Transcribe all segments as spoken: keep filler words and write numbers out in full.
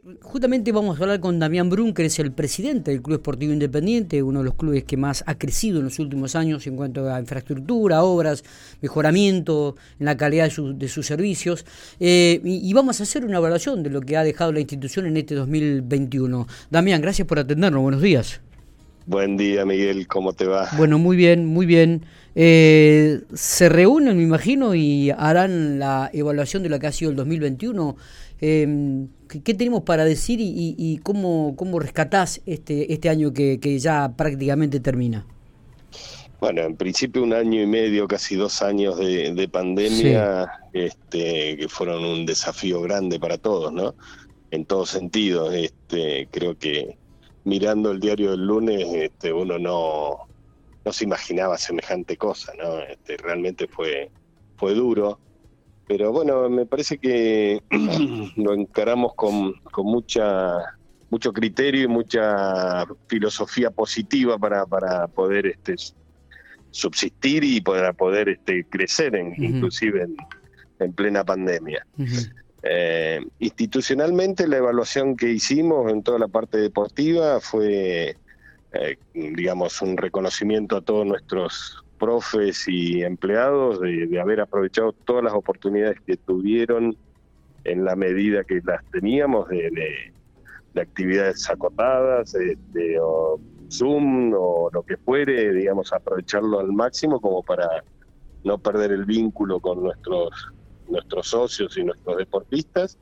justamente vamos a hablar con Damián Brun, que es el presidente del Club Esportivo Independiente, uno de los clubes que más ha crecido en los últimos años en cuanto a infraestructura, obras, mejoramiento en la calidad de, su, de sus servicios. Eh, y, y vamos a hacer una evaluación de lo que ha dejado la institución en este dos mil veintiuno. Damián, gracias por atendernos. Buenos días. Buen día, Miguel, ¿cómo te va? Bueno, muy bien, muy bien. Eh, se reúnen, me imagino, y harán la evaluación de lo que ha sido el dos mil veintiuno. Eh, ¿qué, ¿Qué tenemos para decir y, y, y cómo, cómo rescatás este, este año que, que ya prácticamente termina? Bueno, en principio un año y medio, casi dos años de, de pandemia, sí. este, que fueron un desafío grande para todos, ¿no? En todos sentidos. Este, creo que mirando el diario del lunes, este, uno no, no se imaginaba semejante cosa, ¿no? Este, realmente fue, fue duro, pero bueno, me parece que lo encaramos con, con mucha, mucho criterio y mucha filosofía positiva para, para poder este, subsistir y para poder este, crecer, en, uh-huh. inclusive en, en plena pandemia. Uh-huh. Eh, institucionalmente, la evaluación que hicimos en toda la parte deportiva fue, eh, digamos, un reconocimiento a todos nuestros profes y empleados de, de haber aprovechado todas las oportunidades que tuvieron en la medida que las teníamos, de, de, de actividades acotadas, de, de o Zoom o lo que fuere, digamos, aprovecharlo al máximo como para no perder el vínculo con nuestros nuestros socios y nuestros deportistas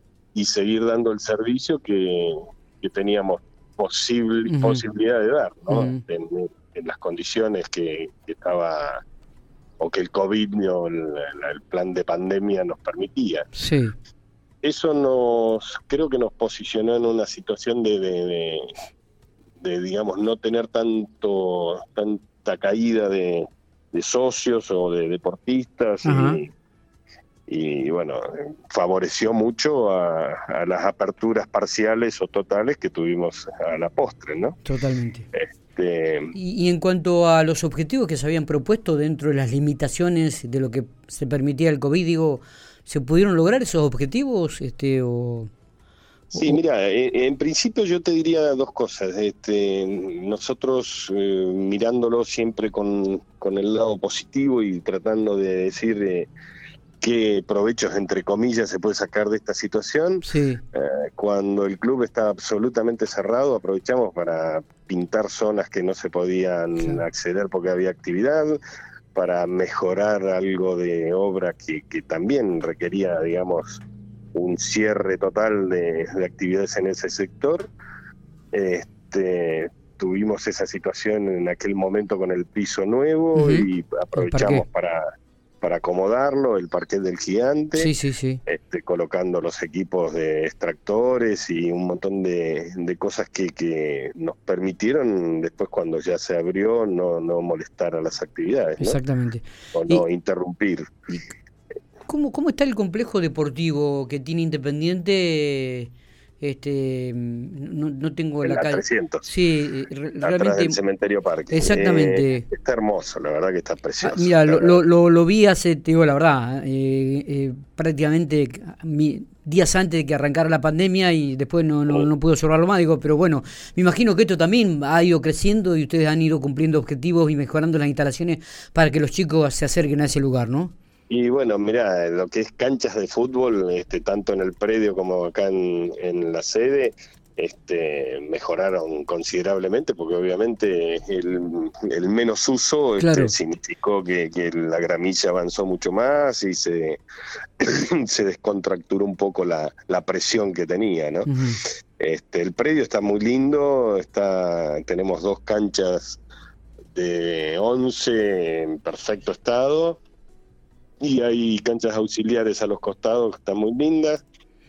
y seguir dando el servicio que, que teníamos posible, uh-huh. posibilidad de dar, ¿no? Uh-huh. en, en las condiciones que, que estaba o que el COVID o el, el plan de pandemia nos permitía. Sí. Eso nos creo que nos posicionó en una situación de, de, de, de digamos, no tener tanto tanta caída de, de socios o de deportistas. Uh-huh. y, y bueno, favoreció mucho a, a las aperturas parciales o totales que tuvimos a la postre, ¿no? Totalmente. Este... Y, y en cuanto a los objetivos que se habían propuesto dentro de las limitaciones de lo que se permitía el COVID, digo, ¿se pudieron lograr esos objetivos? Este, o, sí, o... mira, en, en principio yo te diría dos cosas. Este, nosotros eh, mirándolo siempre con, con el lado positivo y tratando de decir... Eh, qué provechos, entre comillas, se puede sacar de esta situación. Sí. Eh, cuando el club está absolutamente cerrado, aprovechamos para pintar zonas que no se podían sí. acceder porque había actividad, para mejorar algo de obra que, que también requería, digamos, un cierre total de, de actividades en ese sector. Este, tuvimos esa situación en aquel momento con el piso nuevo uh-huh. y aprovechamos para... para acomodarlo, el parquet del Gigante, sí, sí, sí. Este, colocando los equipos de extractores y un montón de, de cosas que, que nos permitieron después, cuando ya se abrió, no, no molestar a las actividades, ¿no? Exactamente. O no y, interrumpir. ¿Cómo, ¿Cómo está el complejo deportivo que tiene Independiente? Este, no, no tengo en la, la calle. trescientos. Sí, re- atrás realmente. del Cementerio Parque. Exactamente. Eh, está hermoso, la verdad que está precioso. Ah, mira, lo, lo, lo, lo vi hace, te digo la verdad, eh, eh, prácticamente mi, días antes de que arrancara la pandemia y después no, no, no pude observarlo más, digo, pero bueno, me imagino que esto también ha ido creciendo y ustedes han ido cumpliendo objetivos y mejorando las instalaciones para que los chicos se acerquen a ese lugar, ¿no? Y bueno, mirá, lo que es canchas de fútbol, este, tanto en el predio como acá en, en la sede, este, mejoraron considerablemente, porque obviamente el, el menos uso claro. este, significó que, que la gramilla avanzó mucho más y se, se descontracturó un poco la, la presión que tenía, ¿no? Uh-huh. Este, el predio está muy lindo, está, tenemos dos canchas de once en perfecto estado, y hay canchas auxiliares a los costados que están muy lindas.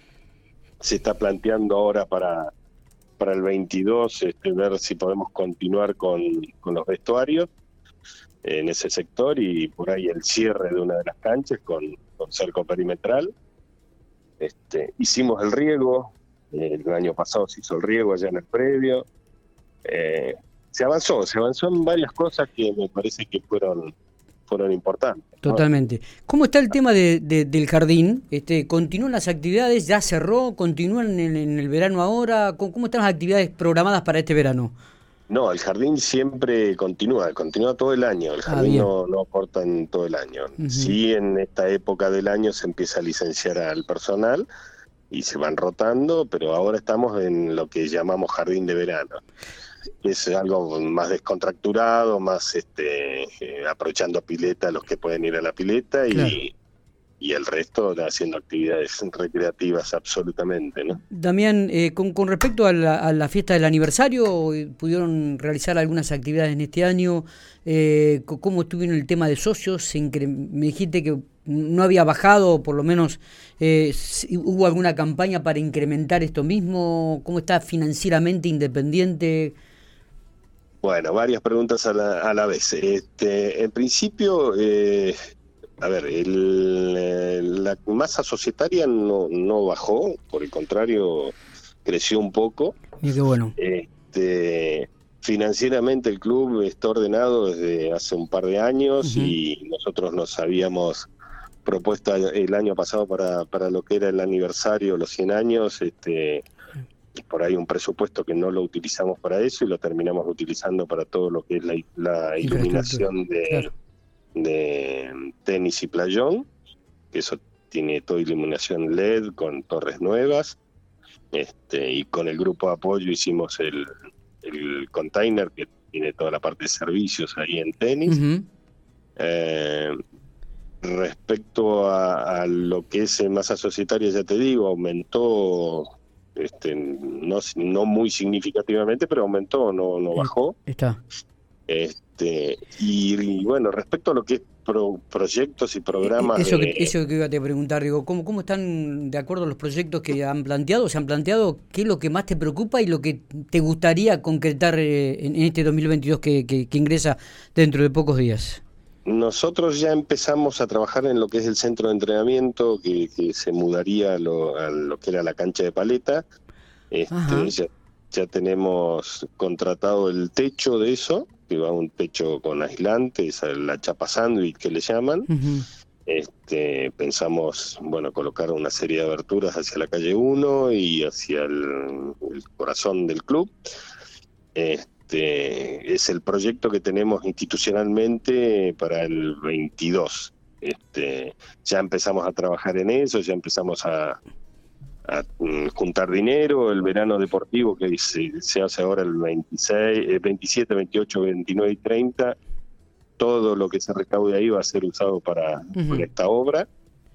Se está planteando ahora para, para el veintidós este, ver si podemos continuar con, con los vestuarios en ese sector, y por ahí el cierre de una de las canchas con, con cerco perimetral. Este, hicimos el riego, eh, el año pasado se hizo el riego allá en el predio. Eh, se avanzó, se avanzó en varias cosas que me parece que fueron fueron importantes, ¿no? Totalmente. ¿Cómo está el tema de, de, del jardín? Este, ¿Continúan las actividades? ¿Ya cerró? ¿Continúan en, en el verano ahora? ¿Cómo, ¿Cómo están las actividades programadas para este verano? No, el jardín siempre continúa, continúa todo el año, el jardín ah, no, no aporta en todo el año. Uh-huh. Sí, en esta época del año se empieza a licenciar al personal y se van rotando, pero ahora estamos en lo que llamamos jardín de verano. Es algo más descontracturado, más este eh, aprovechando pileta a los que pueden ir a la pileta, claro. y, y el resto haciendo actividades recreativas absolutamente, ¿no? Damián, eh, con, con respecto a la, a la fiesta del aniversario, ¿pudieron realizar algunas actividades en este año? Eh, ¿Cómo estuvieron el tema de socios? Me dijiste que no había bajado, o por lo menos eh, ¿hubo alguna campaña para incrementar esto mismo? ¿Cómo está financieramente Independiente? Bueno, varias preguntas a la, a la vez. Este, en principio, eh, a ver, el, la masa societaria no, no bajó, por el contrario, creció un poco. Y qué bueno. Este, financieramente el club está ordenado desde hace un par de años, uh-huh. y nosotros nos habíamos propuesto el año pasado para, para lo que era el aniversario, los cien años, este... por ahí un presupuesto que no lo utilizamos para eso y lo terminamos utilizando para todo lo que es la, la iluminación de, claro. de tenis y playón, que eso tiene toda iluminación L E D con torres nuevas, este y con el grupo de apoyo hicimos el, el container que tiene toda la parte de servicios ahí en tenis. Uh-huh. eh, respecto a, a lo que es masa societaria, ya te digo, aumentó Este, no, no muy significativamente, pero aumentó, no, no bajó. Está. Este, y, y bueno, respecto a lo que es pro, proyectos y programas... Eso, de... que, eso que iba a te preguntar, digo, ¿cómo, ¿cómo están de acuerdo los proyectos que han planteado? ¿Se han planteado qué es lo que más te preocupa y lo que te gustaría concretar eh, en, en este dos mil veintidós que, que, que ingresa dentro de pocos días? Nosotros ya empezamos a trabajar en lo que es el centro de entrenamiento, que, que se mudaría a lo, a lo que era la cancha de paleta. Este, ya, ya tenemos contratado el techo de eso, que va un techo con aislantes, la chapa sándwich que le llaman. Uh-huh. Este, pensamos, bueno, colocar una serie de aberturas hacia la calle uno y hacia el, el corazón del club. Este, Este, es el proyecto que tenemos institucionalmente para el veintidós. Este, ya empezamos a trabajar en eso, ya empezamos a, a juntar dinero. El verano deportivo que se, se hace ahora el veintiséis, veintisiete, veintiocho, veintinueve y treinta, todo lo que se recaude ahí va a ser usado para, uh-huh. para esta obra,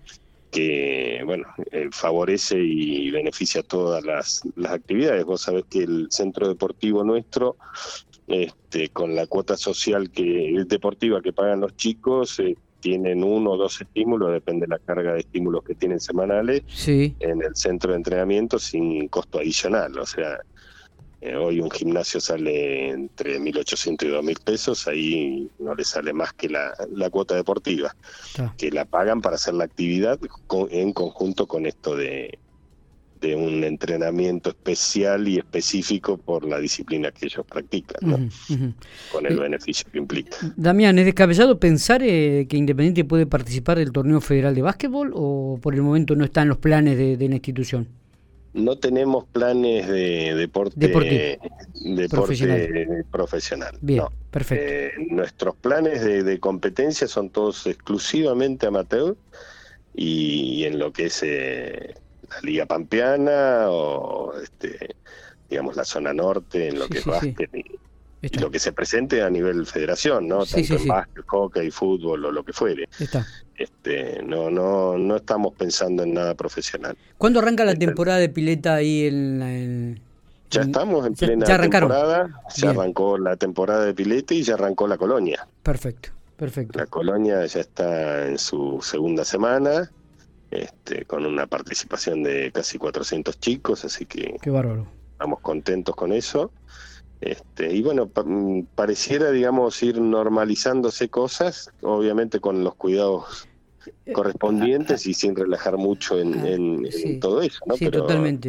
que bueno eh, favorece y beneficia todas las, las actividades. Vos sabés que el centro deportivo nuestro, este, con la cuota social que deportiva que pagan los chicos, eh, tienen uno o dos estímulos, depende de la carga de estímulos que tienen semanales, sí. en el centro de entrenamiento sin costo adicional. O sea, Eh, hoy un gimnasio sale entre mil ochocientos y dos mil pesos, ahí no le sale más que la, la cuota deportiva, ah. que la pagan para hacer la actividad con, en conjunto con esto de, de un entrenamiento especial y específico por la disciplina que ellos practican, ¿no? Uh-huh, uh-huh. Con el eh, beneficio que implica. Damián, ¿es descabellado pensar eh, que Independiente puede participar del torneo federal de básquetbol o por el momento no está en los planes de, de la institución? No tenemos planes de deporte, deporte, deporte profesional. profesional Bien, no. Perfecto. Eh, nuestros planes de, de competencia son todos exclusivamente amateur y, y en lo que es eh, la Liga Pampeana o este, digamos la zona norte, en lo sí, que sí, es básquet sí. y, y lo que se presente a nivel federación, ¿no? Sí, Tanto sí, en sí. básquet, hockey, fútbol o lo que fuere. Está. Este, no, no, no estamos pensando en nada profesional. ¿Cuándo arranca la temporada de pileta ahí en, en Ya estamos en ya, plena ya temporada, ya Bien. arrancó la temporada de pileta y ya arrancó la colonia. Perfecto, perfecto. La colonia ya está en su segunda semana, este, con una participación de casi cuatrocientos chicos, así que Qué bárbaro. Estamos contentos con eso. Este, y bueno, pa- pareciera, digamos, ir normalizándose cosas, obviamente con los cuidados correspondientes y sin relajar mucho en, en, sí, en todo eso, ¿no? Sí, Pero totalmente.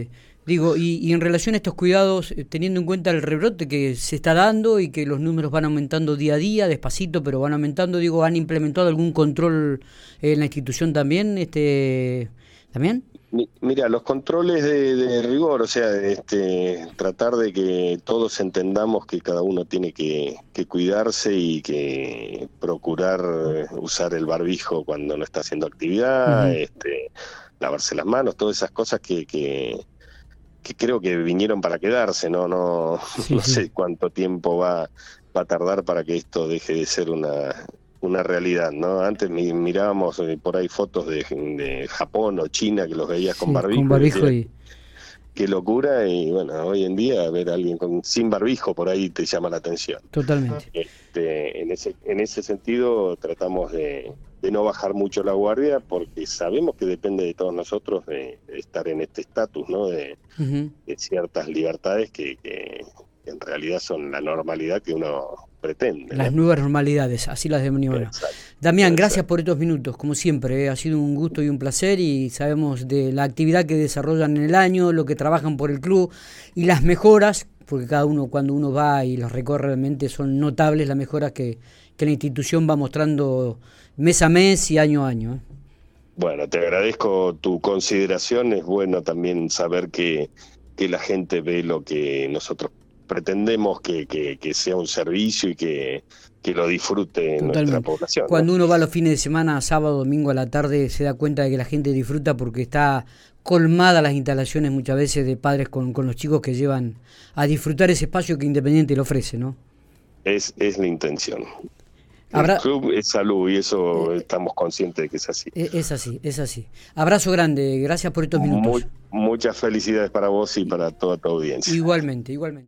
Digo, y, y en relación a estos cuidados, eh, teniendo en cuenta el rebrote que se está dando y que los números van aumentando día a día, despacito, pero van aumentando, digo, ¿han implementado algún control en la institución también? este ¿También? Mi- Mira, los controles de, de rigor, o sea, este, tratar de que todos entendamos que cada uno tiene que, que cuidarse y que procurar eh, usar el barbijo cuando no está haciendo actividad, Ujú. este, lavarse las manos, todas esas cosas que, que, que creo que vinieron para quedarse, ¿no? No, Sí, no sí. sé cuánto tiempo va, va a tardar para que esto deje de ser una, una realidad, ¿no? Antes mi- mirábamos eh, por ahí fotos de, de Japón o China que los veías con Sí, con barbijo y barbijo decías, y... qué locura, y bueno, hoy en día ver a alguien con, sin barbijo por ahí te llama la atención. Totalmente. Este, en ese, en ese sentido tratamos de, de no bajar mucho la guardia porque sabemos que depende de todos nosotros de, de estar en este estatus, ¿no? De, Ujú. de ciertas libertades que, que en realidad son la normalidad que uno pretende, Las ¿no? nuevas normalidades, así las denominamos. Exacto, Damián, gracias exacto. por estos minutos, como siempre, eh, ha sido un gusto y un placer y sabemos de la actividad que desarrollan en el año, lo que trabajan por el club y las mejoras, porque cada uno cuando uno va y las recorre realmente son notables las mejoras que, que la institución va mostrando mes a mes y año a año. eh. Bueno, te agradezco tu consideración. Es bueno también saber que, que la gente ve lo que nosotros pretendemos que, que, que sea un servicio y que, que lo disfrute nuestra Totalmente. población, ¿no? Cuando uno va los fines de semana, sábado, domingo a la tarde, se da cuenta de que la gente disfruta porque está colmada las instalaciones muchas veces de padres con, con los chicos que llevan a disfrutar ese espacio que Independiente le ofrece, ¿no? Es, es la intención. El Habrá, club es salud y eso eh, estamos conscientes de que es así. eh, es así, es así. Abrazo grande, gracias por estos Muy, minutos. muchas felicidades para vos y para toda tu audiencia. Igualmente, igualmente.